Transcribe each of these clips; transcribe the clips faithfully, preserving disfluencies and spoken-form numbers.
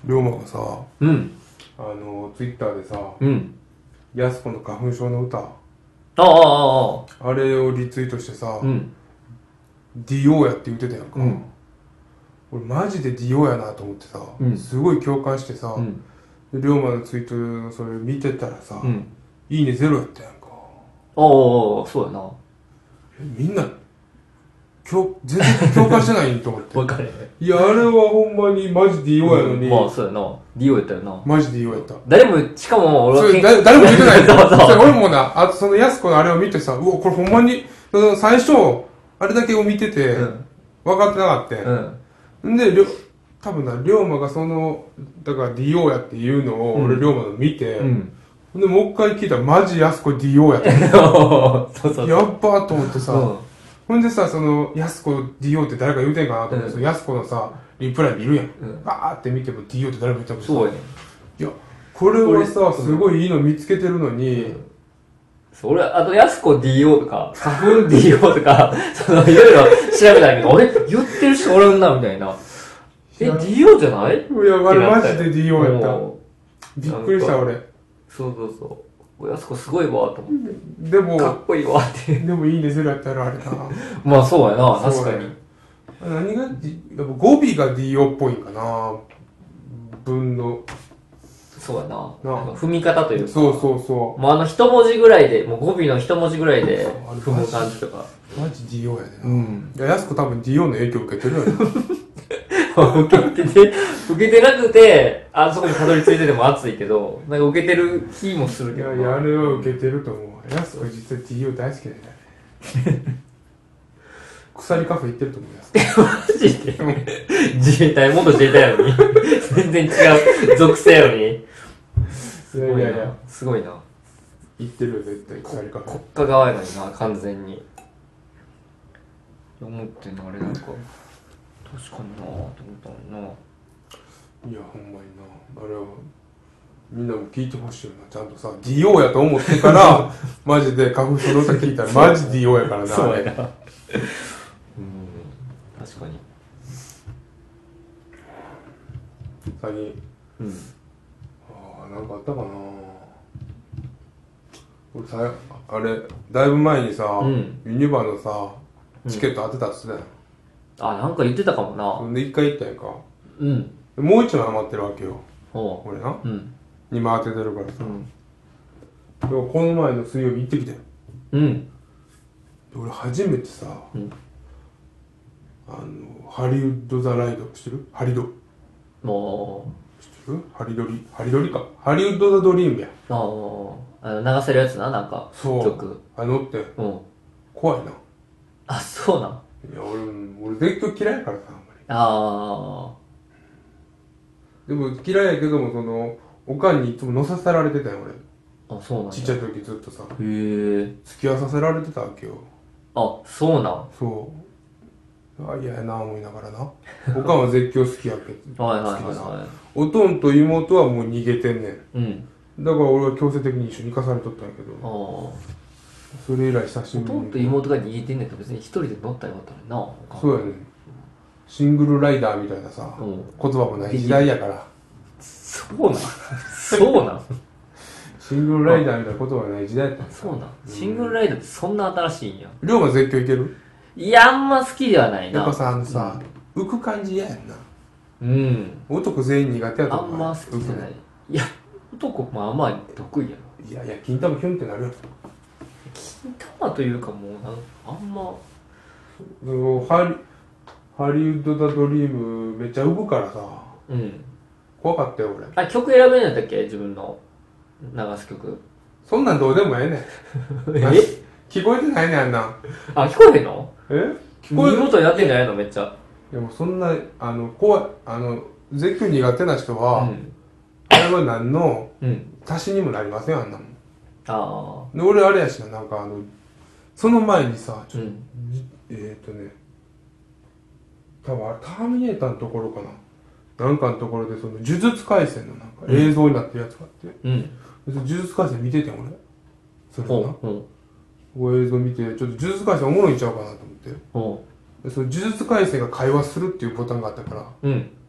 龍馬がさ、 うん。 あの、ツイッターでさ、 うん。 やす子の花粉症の歌、 ああ、ああ、ああ。 あれをリツイートしてさ、 うん。 ディオやって言ってたやんか。 うん。 俺マジでディオやなと思ってさ、 うん。 すごい共感してさ、 うん。 で龍馬のツイートそれ見てたらさ、 うん。 いいねゼロやったやんか。 ああ、そうやな。 えみんな、共全然共感してないんと思って。 わかる。 いや、あれはほんまにマジディオやのに、 まあ、そうやな。ディオやったよな。 マジディオやった。 誰も、しかも俺はそれ誰誰も言ってないそうそうそれ俺もな、あとそのやす子のあれを見てさ、うわ、これほんまに、その最初、あれだけを見てて、 うん分かってなかったん。 うん。 で、りょ多分な、龍馬がその、だから ディオ やっていうのを、俺龍馬の見て、 うん。 で、もう一回聞いたら、マジやすこ ディオ やった。 そうそう。 やっばーと思ってさ、 うん。 ほんでさ、その、やすこ ディオ って誰か言うてんかなと思って、 うんそのやすこのさ、リプライ見るやん。 うんバーって見ても ディオ って誰も言ってなくてさ、 そうやね。 いや、これはさ、 俺すごいいいの見つけてるのに、 そう俺、あと、やすこ ディーオー とか、花粉 ディーオー とか、その、いろいろ調べたけど、あれ言ってる人おらんな、みたいな。え、 いやディーオー じゃないいや、あれマジで ディオ やった。 もびっくりした、 なん俺。 そうそうそう。やすこすごいわ、と思って。 でも、 かっこいいわ、って。 でもいいねゼロやったらあれな。 まあ、そうやな、 そうや確かに。 何が、D- やっぱ語尾が ディオ っぽいんかな。文の。 そうやな。 ななんか踏み方というか。 そうそうそもうあの一文字ぐらいで、もう語尾の一文字ぐらいであれ踏む感じとか。 う。マジ ディオ やでな。 うん。 いや、やすこ多分 ディオ の影響受けてるよね。 受けてて、受けてなくて、あそこにたどり着いてても熱いけど、なんか受けてる気もするけどな。 いやいや、あれは受けてると思う。やすこ実は ディオ 大好きだよね。鎖カフェ行ってると思うやすこ。 マジで自衛隊、元自衛隊やのに。全然違う属性やのに。 いやいやいや、 すごいな。 行ってるよ、絶対鎖カフェ。 国家側やのにな、完全に。思ってんの、あれなんか。確かになぁと思ったもんな。 いや、ほんまにな。あれは、みんなも聞いてほしいよな。ちゃんとさ、ディオ やと思ってから、マジで花粉症の歌聞いたら、マジディオやからな。 そうあれやな。うん、確かに。 最近、 うん。 ああ、なんかあったかな。俺さ、あれ、だいぶ前にさ、 うんユニバのさ、チケット当てたっつってたよ。 あ、なんか言ってたかもそな。 んで一回行ったやんか。 うん。 もう一枚余ってるわけよ。 ほ俺な。 う。うん。 にまい当ててるからさ。 うん。 でもこの前の水曜日行ってきて。 うん。 で俺初めてさ、 うんあの、ハリウッド・ザ・ライド知ってるハリド。 も知ってるハリドリ。ハリドリか。ハリウッド・ザ・ドリームや。 う、ああ、あの流せるやつな、なんか、 そう。 曲。 あのって、 うん。 怖いな。 あ、そうなん。 いや、俺、俺絶叫嫌いやからさ、あんまり。 あでも嫌いやけども、その、おかんにいつも乗させられてたよ、俺。 あ。あ、そうなんや。 ちっちゃい時ずっとさ、 へえ。 付き合わさせられてたわけよ。 あ、そうなん。 そう。あ、嫌やな、思いながらな。おかんは絶叫好きやけど。 はいはいはい好きでさはおとんと妹はもう逃げてんねん。 い。うん。 だから俺は強制的に一緒に行かされとったんやけああ。 ど、 おそれ以来久しぶりに。 とんと妹が逃げてんねんと別に一人で乗ったらよかったのにな。 そうやねん。シングルライダーみたいなさ、 うん言葉もない時代やから。 そうなん。そうなん。 シングルライダーみたいな言葉がない時代やったんそうなん。シングルライダーってそんな新しいんや。 龍馬絶叫いけるいや、あんま好きではないな。 やっぱさ、あのさ、浮く感じ嫌やんな。 うん。 男全員苦手やと思う。 あんま好きじゃない。いや、男もあんま得意やろ。 いやいや、金玉ヒュンってなるよ。 金玉というかもうなんあんま。 そのハリハリウッド・ザ・ドリームめっちゃ浮くからさ、 うん。 怖かったよ俺。 あ、曲選べるんやったっけ自分の流す曲。 そんなんどうでもええねん。 え聞こえてないねん、あんなん。 あ、聞こえへんのえ聞こえ見事やってんじゃないのめっちゃ。 でもそんな、あの、怖い、あの、絶叫苦手な人うは、 ん。 あれは何のうん。 足しにもなりません、あんなもん。 あで、俺あれやしな、なんかあの、その前にさ、 あ。 ちょうん。 えっ、ー、とね、多分あれターミネーターのところかな。なんかのところで、その、呪術廻戦のなんか映像になってるやつがあって、 うん。 別に呪術廻戦見ててん、俺。それかな。 ほう。ほこう映像見て、ちょっと呪術廻戦おもろいんちゃうかなと思って。 う。ほでその呪術廻戦が会話するっていうボタンがあったから、 う。うん。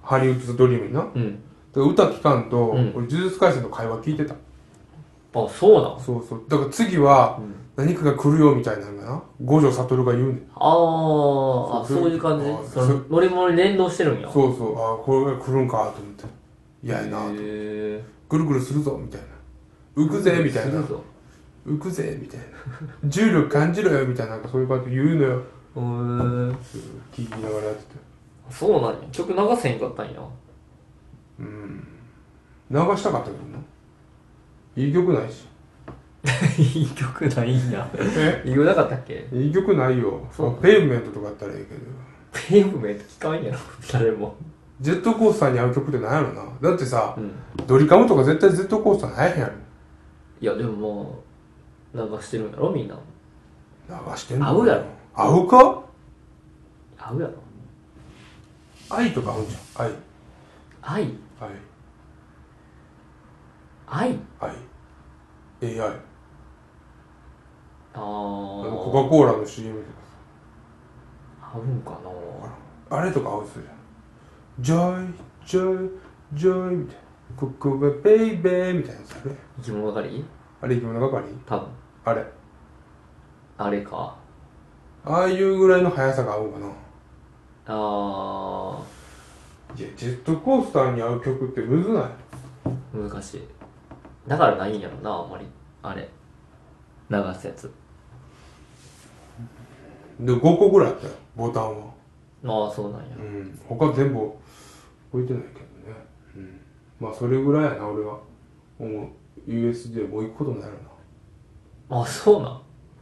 ハリウッドドリームにな。 うんで歌聞かんと、 うん俺呪術廻戦の会話聞いてた。 あそうなんそうそう。だから次はうん何かが来るよみたいなのがな、五条悟が言うねん。 あーあそうそういう感じあその乗り物に連動してるんやそうそう、ああ、これが来るんかと思って。嫌やなと。 へぐるぐるするぞみたいな。浮くぜみたいな。 するぞ浮くぜみたいな。重力感じろよみたいな、なんかそういう感じで言うのよ。 へー聞きながらやってて。 そうなんや曲流せへんかったんやうん。流したかったけどな。いい曲ないし。 いい曲ないんやえ言わなかったっけいい曲ないよ。 そうペイブメントとかやったらいいけど。 ペイブメント聞かんやろ誰もジェットコースターに合う曲ってなんやろな。だってさ、 うんドリカムとか絶対ジェットコースターないへんやろ。 いやでももう流してるんやろみんな流してんの合うやろ。 合うか合うやろ愛とか合うんじゃん。愛。 愛愛。 愛愛。エーアイ。 ああのーコカ・コーラの シーエム とか合うんかなさ。あれとか合うっするじゃん。ジョイ、ジョイ、ジョイみたいな。ここがベイベーみたいなやつあれ。 生き物係あれ生き物係多分あれ。 あれかああいうぐらいの速さが合うかな。 あいや、ジェットコースターに合う曲ってむずないー難しいだからないんやろなあんまりあれ流すやつで、ごこぐらいあったよ、ボタンは。 ああそうなんやうん。他全部置いてないけどね。うん。まあ、それぐらいやな、俺は。もう、ユーエスディー もう行くことないやろな。 あそうなん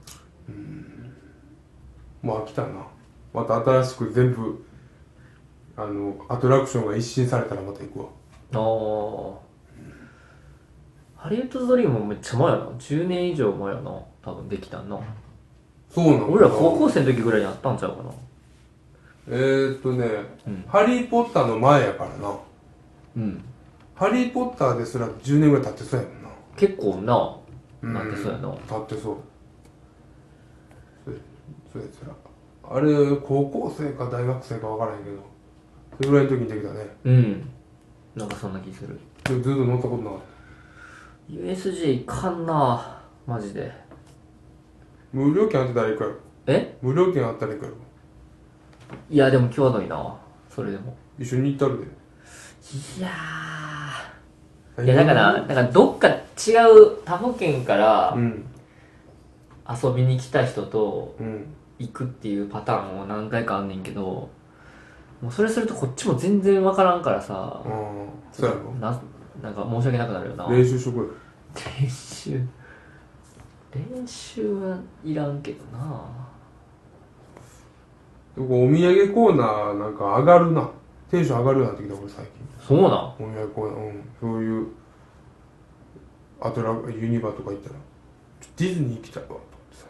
もう飽きたな。また新しく全部、あの、アトラクションが一新されたらまた行くわ。 ああハリウッドドリームもめっちゃ前やなじゅうねん以上前やな多分できたんなそうなの俺ら高校生の時ぐらいにあったんちゃうかなえーっとね、 うんハリーポッターの前やからな。 うんハリーポッターですらじゅうねんぐらい経ってそうやもんな。 結構なうんなってそうやな経ってそう。そそやつら。あれ、高校生か大学生か分からへんけど、それぐらいの時にできたね。 うんなんかそんな気するでもずっと乗ったことなかった。 ユーエスジェー いかんなマジで無料券あってたら行くやろ。 え無料券あったら行くやろ。 いやでも際どいなそれでも一緒に行ったるで。 いやーいやだからだからどっか違う他府県からうん。 遊びに来た人とうん。 行くっていうパターンも何回かあんねんけどもうそれするとこっちも全然わからんからさああ、そうやろ。 ななんか申し訳なくなるよな練習しとこよ。 練習練習はいらんけどなでこうお土産コーナーなんか上がるな。テンション上がるようになってきた俺最近。 そうなんお土産コーナー、うん。そういう、アトラユニバとか行ったら、ディズニー行きたいわ、と思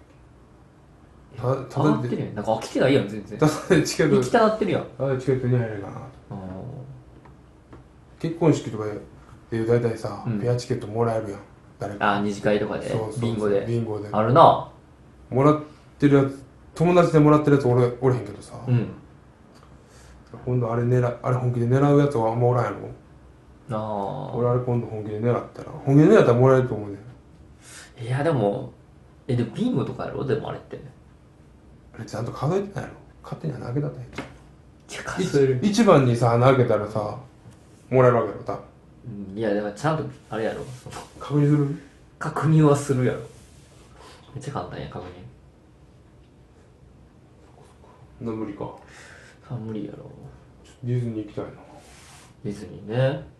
って最近。たただで上がってるやんなんか飽きてないやん全然ただでチケッ行きたなってるやんト、ただでチケットに入れるかなと。 あ結婚式とかで大体さ、 うんペアチケットもらえるやん。誰か。 あ二次会とかでそうそうそうビンゴでビンゴで。 あるなもらってるやつ、友達でもらってるやつおれおれへんけどさ、 うん今度あれ狙あれ本気で狙うやつはあんまおらんやろ。 あ俺あれ今度本気で狙ったら、本気で狙ったらもらえると思うねん。 あいやでもえでもビンゴとかやろでもあれってあれちゃんと数えてないの勝手に穴開けたったらいいじゃん。 いや数える一番にさ穴開けたらさもらえるわけやろ多分。 うんいやだからちゃんとあれやろその確認する確認はするやろめっちゃ簡単や確認な無理か。 あ無理やろディズニー行きたいな。 ディズニーね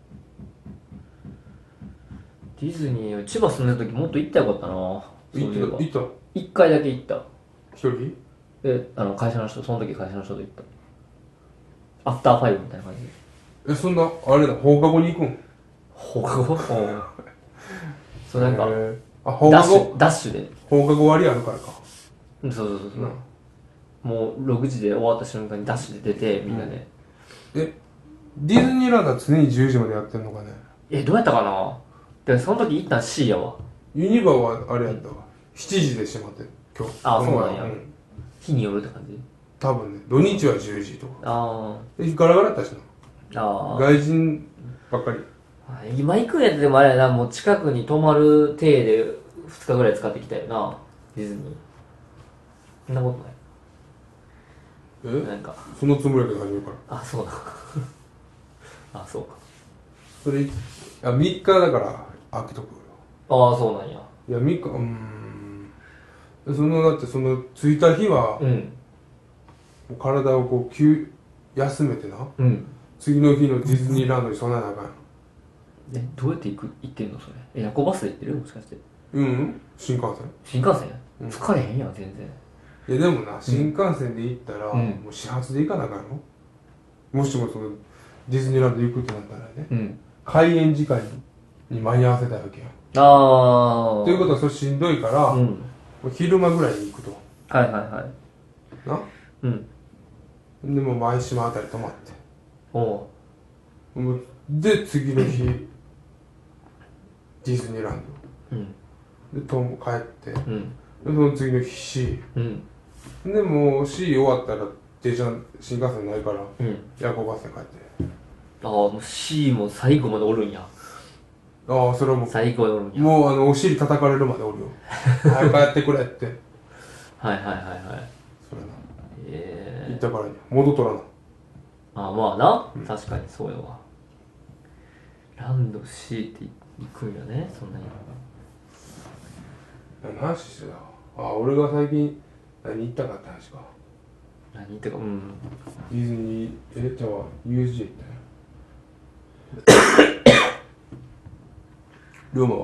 ディズニー千葉住んでる時もっと行ったらよかったなそういえば行った行っ一回だけ行ったた一人であの会社の人その時会社の人と行ったアフターファイブみたいな感じでえそんなあれだ放課後に行くん放課後そうなんかへーあ放課後ダッシュダッシュで放課後割あるからか。 うんそうそうそうそう、 なもうろくじで終わった瞬間にダッシュで出てみんなで、 えディズニーランドは常にじゅうじまでやってんのかね。 えどうやったかなでその時行ったん C やわユニバはあれやったわ、しちじで閉まってる今日。 あこの前そうなんや日によるって感じ多分ね土日はじゅうじとかあでガラガラやったしな。 あああ。 外人ばっかり。 今行くんやってでもあれやな、もう近くに泊まる体でふつかぐらい使ってきたよな、ディズニー。そんなことない。 えなんか。 そのつもりやけど初めから。 あ、そうだ。あ、そうか。 それ、あ、みっかだから開けとくよ。 ああ、そうなんや。 いや、みっか、うーん。その、だってその、着いた日は、 うん。 もう体をこう、休、休めてな。 うん。 次の日のディズニーランドに備えなあかんやん。 え、どうやって行く、行ってんのそれ。え、夜行バスで行ってるもしかして。 うん、新幹線。 新幹線、 うん疲れへんやん、全然。 いやでもな、新幹線で行ったら、 うんもう始発で行かなあかんの。もしもその、ディズニーランド行くってなったらね、 うん。 開園時間に間に合わせたいわけやん。 ああ。 ということはそれしんどいから、 うん。 もう昼間ぐらいに行くと。 はいはいはい。 な。 うん。 でも舞島あたり泊まって。 おう。 もうで、次の日、ディズニーランうん。 ド。で、とも帰って、で、 うん。 その次の日 C。 うん。 で、もう C 終わったら、電車、新幹線ないから、 うん。 夜行バスで帰って。 ああ、もう C も最後までおるんや。 ああ、それはもう、 最後までおるんや。 もうあの、お尻叩かれるまでおるよ。早く帰ってくれって。 はいはいはいはい。 それな。 ええ行ったからに。戻っとらな。 ああ、まあな、 うん確かにそうやわ。ランド C って行くんやね、そんなに。 何の話してたあ、俺が最近、何行ったかって話か。 何ってか、うん。 ディズニー、え、じゃあ、ユーエスジェー 行ったよ。龍馬は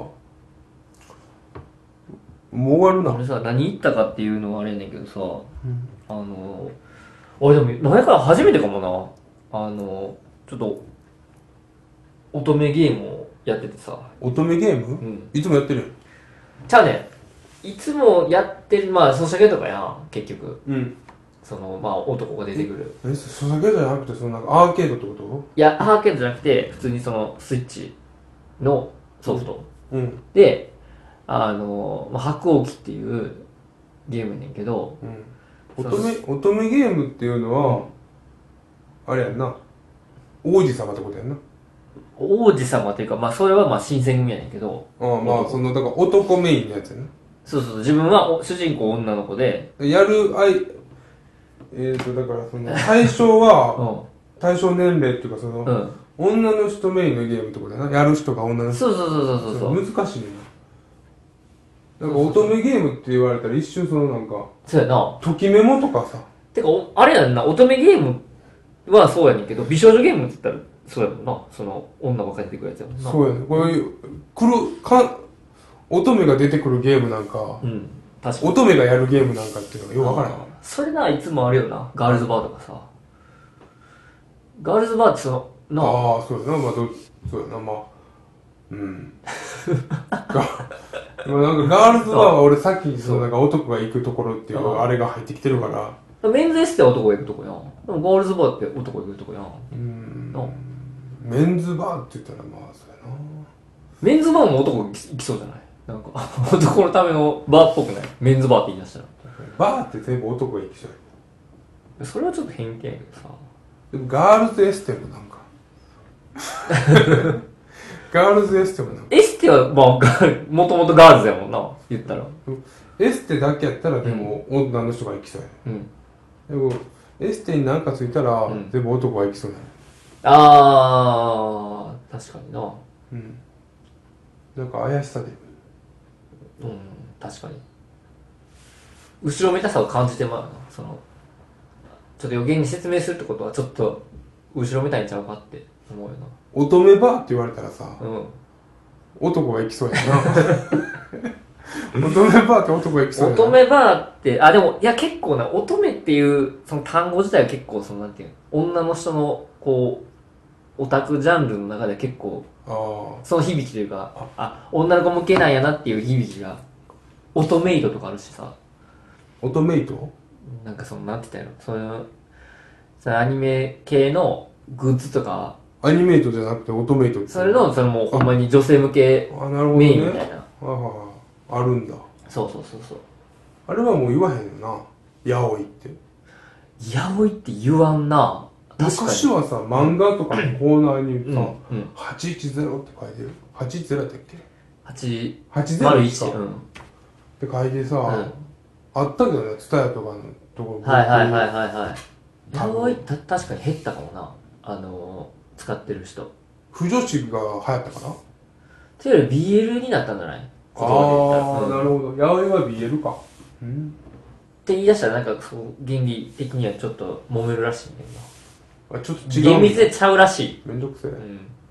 もう終わるな。 俺さ、何行ったかっていうのはあれやねんけどさ、 うんあの、俺でも、前から初めてかもな。あの、ちょっと、乙女ゲームをやっててさ。 乙女ゲーム、 うん。 いつもやってるちゃうねん。いつもやってる、まあ、ソシャゲとかやん、結局。 やん。うん。 その、まあ、男が出てくる。 え、そそれだけじゃなくて、そのなんかアーケードってこいや、アーケードじゃなくて、普通にその、スイッチのソフト。 とうん。 で、あの、まあ、白鸚記っていうゲームやねんけど、 うん。乙女、乙女ゲームっていうのは、あれやんな。王子様ってことやんな。 王子様っていうか、まあ、それはまあ、新選組やねんけど、 ああ、まあ、その、だから男メインのやつやな。 そうそう、自分はお主人公女の子で、 やるあい、えーと、だからその、対象うは、 ん。 対象年齢っていうか、その、 うん。 女の人メインのゲームってことやな。やる人が女の人。 そうそうそうそうそうそう。 難しいねんな。なんか乙女ゲームって言われたら一瞬そのなんか、 そうやな。 ときメモとかさ、 てか、おあれやんな、乙女ゲームはそうやねんけど、美少女ゲームって言ったら、そうやもんな。その、女ばっかり出てくるやつやもんな。 そうやねん。これ、来る、か、乙女が出てくるゲームなんか、 うん。確かに。 乙女がやるゲームなんかっていうのがよくわからない。 それな、いつもあるよな。ガールズバーとかさ。ガールズバーってその、なあ、 ああ、そうやな、まあ、どそうやな、まあ、うん。がまあなんかガールズバーは俺さっきそのなんか男が行くところっていうああれが入ってきてるから、 メンズエステは男が行くとこやん。でもガールズバーって男が行くとこやん。 うんなあメンズバーって言ったらまあそうやな。 メンズバーも男が行き行きそうじゃないなんか、男のためのバーっぽくないメンズバーって言い出したら。 バーって全部男が行きそうや。 それはちょっと偏見やけどさ。 でもガールズエステもなんかガールズエステもなんかエステは、まあ、ガールもともとガールズやもんな。言ったら。 エステだけやったらでも女の人が行きそうや、 うん。 でもエステになんかついたらうん全部男が行きそうや、 あー、確かにな。 うん、なんか怪しさでうん、確かに。後ろめたさを感じてまうな。その、ちょっと余計に説明するってことはちょっと、後ろめたいんちゃうかって思うよ乙女バーって言われたらさ、 な。うん。 男が行きそうやな乙女バーって男が行きそうやな。 乙女バーって、あ、でも、いや結構な、乙女っていう、その単語自体は結構、その、なんていうの、女の人の、こう、オタクジャンルの中では結構、 ああ。 その響きというか、あ、女の子向けなんやなっていう響きが、オトメイトとかあるしさ、 オトメイトなんかその、なんて言ったらいいの、そういう、そのアニメ系のグッズとか、 アニメイトじゃなくてオトメイトって。 それの、そのもうほんまに女性向けあ、なるほどメね。 インみたいな。 ああ、あるんだ。 そうそうそうそう。 あれはもう言わへんよな。ヤオイって。 やおいって言わんな。 昔はさ、漫画とかのコーナーにさ、 うんうん、 はちいちゼロって書いてる。はちいちゼロだったっけはち ?はちゼロいち、うん、 って書いてさ、 うんあったけどね、ツタヤとかのところ。 はいはいはいはいはい。 多分やばい、た確かに減ったかもな。あのー、使ってる人。 不女子が流行ったかな。 ていうより ビーエル になったんじゃない？ ああ、 うん、 なるほど。やおいは ビーエル か。うん。 って言い出したらなんかそう原理的にはちょっと揉めるらしいんだよあ、ちょっとな。 違う。 厳密でちゃうらしい。 めんどくせえ。 うん、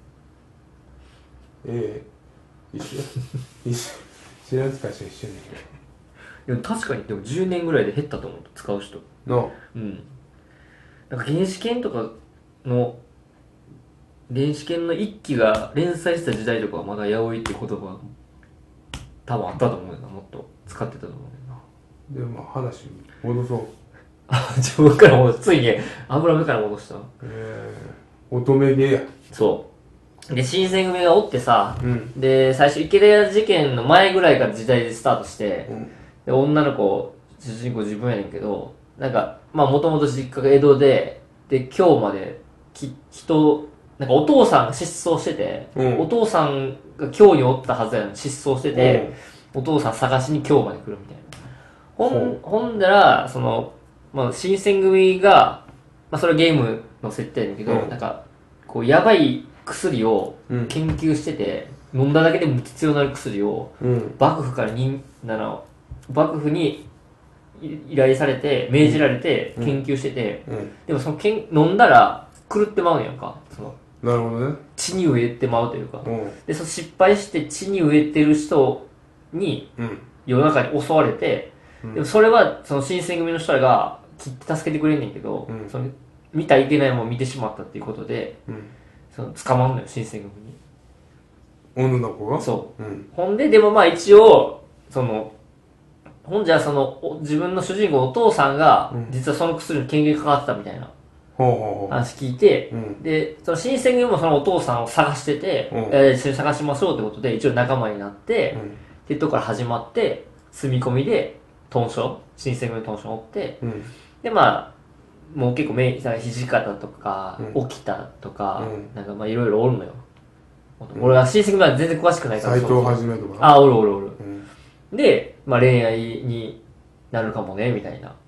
ええ一緒一緒。知らん使いして一緒に。 でも確かにでもじゅうねんぐらいで減ったと思う、使う人。 の、 うん。なんか原始圏とかの原始圏の一期が連載した時代とかはまだヤオイっていう言葉多分あったと思うよな。もっと使ってたと思うよな。 で、まあ話戻そう。 あ、自分から戻す。ついに油目から戻した。 えー、乙女芸や。 そうで新選組がおってさ、 うん。 で最初池田屋事件の前ぐらいから時代でスタートして、 うん。 で女の子主人公自分やねんけど、なんかまあもともと実家が江戸でで今日までき人なんかお父さんが失踪してて、 うん、 お父さんが京におったはずやのに失踪してて、お父さん探しに京まで来るみたいな。ほん、ほんだら、その、まあ、新選組が、まあ、それはゲームの設定やねんけど、 うん、 なんか、こう、やばい薬をうん、 研究してて、飲んだだけでも必要なる薬を、 うん、 幕府からに、なの、幕府に依頼されて、命じられて研究してて、 うん、 でもそのけん飲んだら狂ってまうんやんか。そのなるほどね。 血に植えてまうというか、 うん、 でその失敗して血に植えてる人にうん、 夜中に襲われて、 うん、 でもそれはその新選組の人らが切って助けてくれんねんけど、 うんその見たらいけないもん見てしまったっていうことで、 うん、 その捕まんのよ新選組に。 女の子がそう、 うん、 ほんででもまあ一応そのほんじゃそのお自分の主人公のお父さんが、 うん実はその薬に研究にかかってたみたいなほうほうほう。 話聞いて、 うんでその新選組もそのお父さんを探してて、 うんえー一緒に探しましょうってことで一応仲間になって、 うんっていうとこから始まって住み込みで豚書新選組の豚書を追ってうんでまあもう結構め土方とか、 うん沖田とか、 うんなんかまあいろいろおるのよ、 うん俺は新選組は全然詳しくないから斎藤はじめとかな。 あおるおるおるうん、 で、まあ、恋愛になるかもねみたいな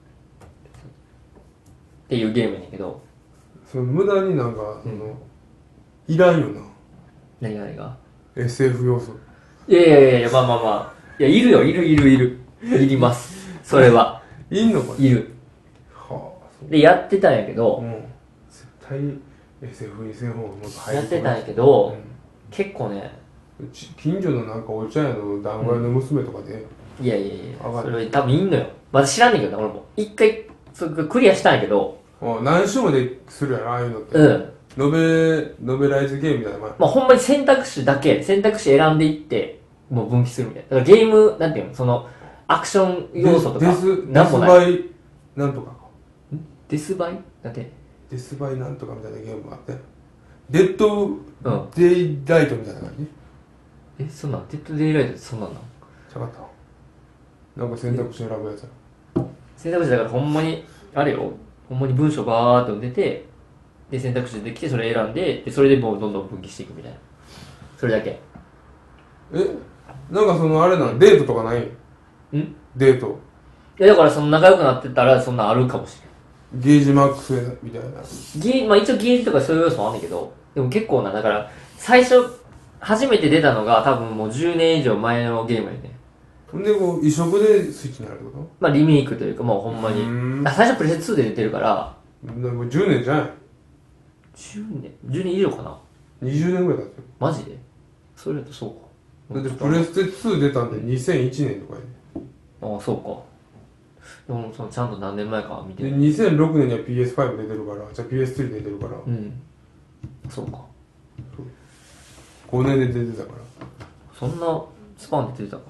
っていうゲームやねんけど、 その無駄になんか、そのいらんよな。 何が何がエスエフ 要素。 いやいやいやまあまあまあいやいるよいるいるいるいりますそれはいんのかね。 いるはあ、そう。 でやってたんやけど、 うん。絶対 エスエフ にせん方がもっと入るやってたんやけど、 うん結構ねうち近所のなんかお茶屋の団子屋の娘とかで、 いやいやいや上がるそれ多分いいのよまだ知らんねんけどな俺も一回それクリアしたんやけどあ何種もでするやろああいうのって、 うんノベノベライズゲームみたいな前まあほんまに選択肢だけ選択肢選んでいってもう分岐するみたいなだからゲームなんていうのそのアクション要素とかデスデスなんもないバイなんとかデスバイだってデスバイなんとかみたいなゲームがあってデッドうんデイライトみたいな感じえそんなんデッドデイライトってそんなんなんちゃかったなんか選択肢選ぶやつや選択肢だからほんまにあれよほんまに文章バーっと出てで選択肢できてそれ選んででそれでもうどんどん分岐していくみたいなそれだけえなんかそのあれなんデートとかないんんデートいやだからその仲良くなってたらそんなんあるかもしれゲージマックスみたいなないゲーまあ一応ゲージとかそういう要素もあんねんけどでも結構なだから最初初めて出たのが多分もうじゅうねん以上前のゲームやねほんでこう移植でスイッチになるってこまあリメイクというかもうほんまにうーんあ最初プレステツーで出てるからともうじゅうねんじゃないじゅうねんじゅうねん以上かなにじゅうねんぐらい経ってるマジでそれだとそうかだってプレステツー出たんでにせんいちねんとかやでああそうかでもそのちゃんと何年前かは見てでないにせんろくねんには ピーエスファイブ 出てるからじゃあ ピーエススリー 出てるからうんそうかごねんで出てたからそんなスパンで出てたか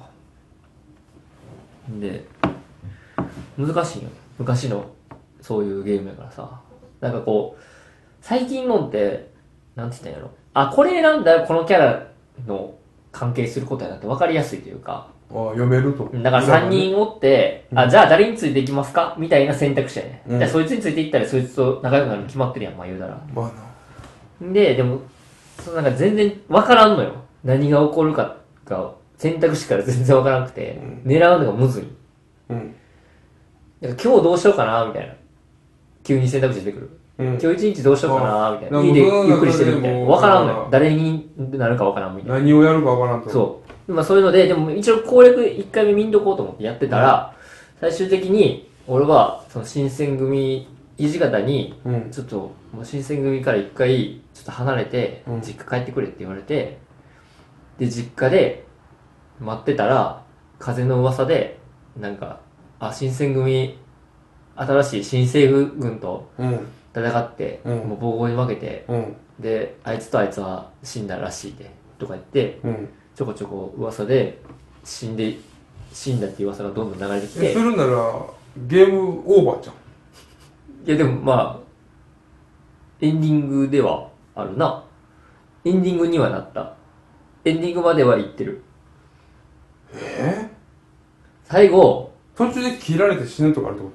で難しいよね昔のそういうゲームやからさなんかこう最近のってなんて言ったんやろあこれ選んだらこのキャラの関係することやなって分かりやすいというか読めると。 だからさんにんおって、 うん、 あ、じゃあ誰についていきますかみたいな選択肢やね。 うん、 でそいつについていったらそいつと仲良くなるの決まってるやん、まあ言うたら。 まあな。で、でも、そのなんか全然わからんのよ。何が起こるかが、選択肢から全然わからなくて、うん、狙うのがむずい。うん。だから今日どうしようかなみたいな。急に選択肢出てくる。うん、今日一日どうしようかなみたいな。家でゆっくりしてるみたいな。わからんのよ。誰になるかわからんみたいな。 何をやるかわからんと。 そう。まあそういうので、でも一応攻略いっかいめ見んとこうと思ってやってたら、うん、最終的に、俺は、その新選組、土方に、ちょっと、もう新選組から一回、ちょっと離れて、実家帰ってくれって言われて、で、実家で、待ってたら、風の噂で、なんか、あ、新選組、新しい新政府軍と戦って、うん、もう暴行に負けて、うん、で、あいつとあいつは死んだらしいで、とか言って、うん、ちょこちょこ噂で、死んで、死んだっていう噂がどんどん流れてきて。 するなら、ゲームオーバーじゃん。 いやでもまあ、エンディングではあるな。エンディングにはなった。エンディングまでは行ってる。 えー、 最後、 途中で切られて死ぬとかあるってこと、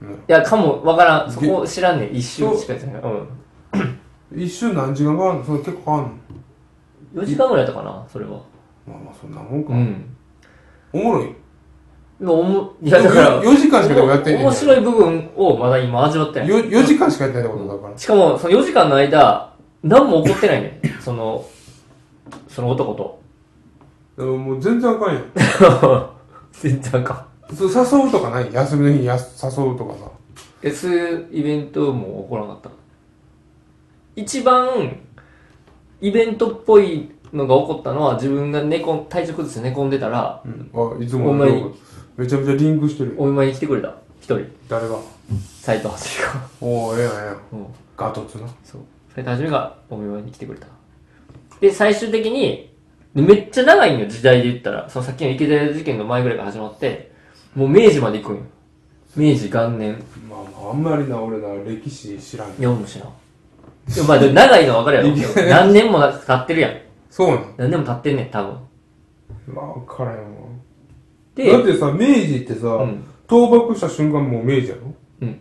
うん、いや、かもわからん。そこ知らんねん。一瞬しかやってない。うん。 一瞬何時間かかんの？それ結構かかんの？ よじかんぐらいやったかな、それは。 まあまあそんなもんか。 うん。 おもろい。 おもいやだからよじかんしかでもやってんねん。 面白い部分をまだ今味わってない。 よよじかんしかやってないってことだから。 しかも、そのよじかんの間、何も起こってないねん。その、その男と。 でももう全然あかんやん。 全然あかん。そう誘うとかない？休みの日にや誘うとかさ。 え、そういうイベントも起こらなかった。一番、イベントっぽいのが起こったのは、自分が寝込ん、体調崩して寝込んでたら、 うん、あ、いつものようめちゃめちゃリンクしてる。 お見舞いに来てくれた。一人。 誰が？ 斉藤はじめが。 おー、ええやんええやん。うん。ガトツな。 そう。斉藤はじめがお見舞いに来てくれた。で、最終的に、めっちゃ長いんよ、時代で言ったら。そのさっきの池田事件の前ぐらいから始まって、もう明治まで行くんよ。明治元年。 まあまあ、あんまりな、俺な、歴史知らん。 読むしな。でもまあ、長いの分かるやろ。何年も経ってるやん。 そうなの？ 何年も経ってんねん、多分。 まあ、分からんわ。で、だってさ、明治ってさ、うん、倒幕した瞬間もう明治やろ？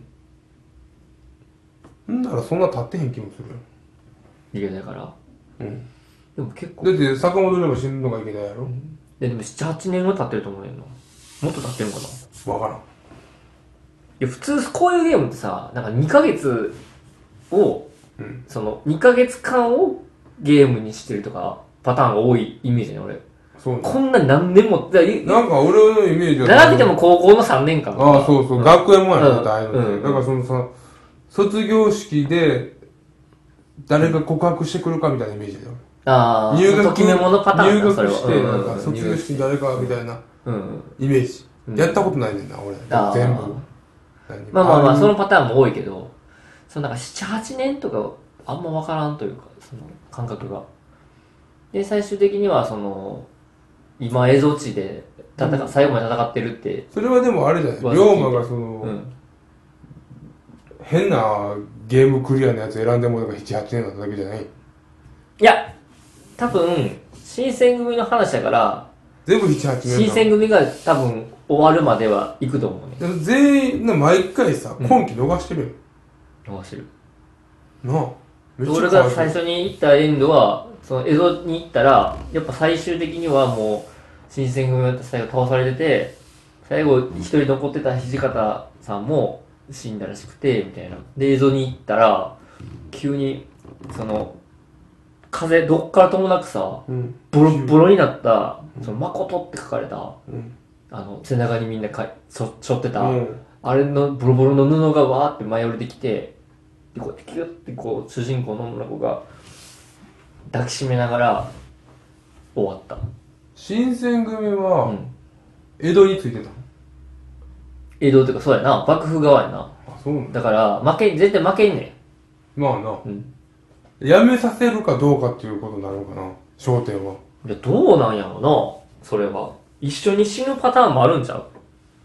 うん。んならそんな経ってへん気もするよ。 池田やから。うん。でも結構。 だって坂本龍馬死ぬのが池田やろ？うん。 で、でもなな、はちねんは経ってると思うよな。もっと経ってるのかな？わからん。いや、普通こういうゲームってさ、なんかにかげつを、うん、そのにかげつかんをゲームにしてるとか、パターンが多いイメージね、俺。そうね。こんな何年も、 なんか俺のイメージは。 長くても高校のさんねんかんああ、そうそう、うん、学園もやろ、だいぶ、うん。だからそのさ、卒業式で、誰が告白してくるかみたいなイメージだよ。 ああ、入学、ときめものパターン入学して、なんか卒業式に誰かみたいなイメージ。やったことないねんな、俺。全部。 まあまあまあ、そのパターンも多いけど、そのなんかなな、はちねんとかあんまわからんというか、その感覚が。で、最終的にはその、今映像値で戦、うん、最後まで戦ってるって。 それはでもあれじゃない龍馬がその、うん、変なゲームクリアのやつ選んでもらうがなな、はちねんだっただけじゃない？ いや、多分、新選組の話だから、 全部なな、はちねん新選組が多分終わるまでは行くと思うね。 全員、毎回さ、今期逃してるよ、うん。逃してる。 なあ。 めっちゃ俺が最初に行ったエンドは、その江戸に行ったら、やっぱ最終的にはもう、新選組が最後倒されてて、最後一人残ってた土方さんも死んだらしくて、みたいな。で、江戸に行ったら、急に、その、風、どっからともなくさ、うん、ボロボロになった、その、誠って書かれた、うん、あの、背中にみんなかしょしょってた、うん、あれのボロボロの布がわーって舞い降りてきて、で、こうやってキュッてこう、主人公の女の子が抱きしめながら終わった。 新選組は、江戸についてたの、うん、 江戸っていうかそうやな、幕府側やな。 あ、そうなんだから、負け、絶対負けんねん。まあな。うん。やめさせるかどうかっていうことになるのかな、焦点は。 いや、どうなんやろな、それは。一緒に死ぬパターンもあるんちゃう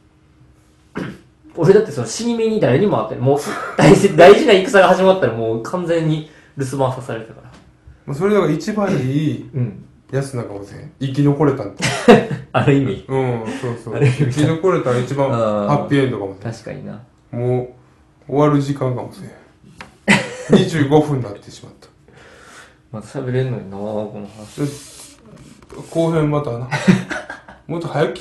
俺だってその死に目に誰にもあって、もう大事、大事な戦が始まったらもう完全に留守番さされたから。 それだから一番いい、うん、 安なんかもせん。生き残れたんて。 ある意味。 うん、そうそう。 あれ生き残れたら一番あーハッピーエンドかもしれない。 確かにな。 もう、終わる時間かもしれん。にじゅうごふんになってしまった。 また喋れんのになこの話。 後編またな。もっと早く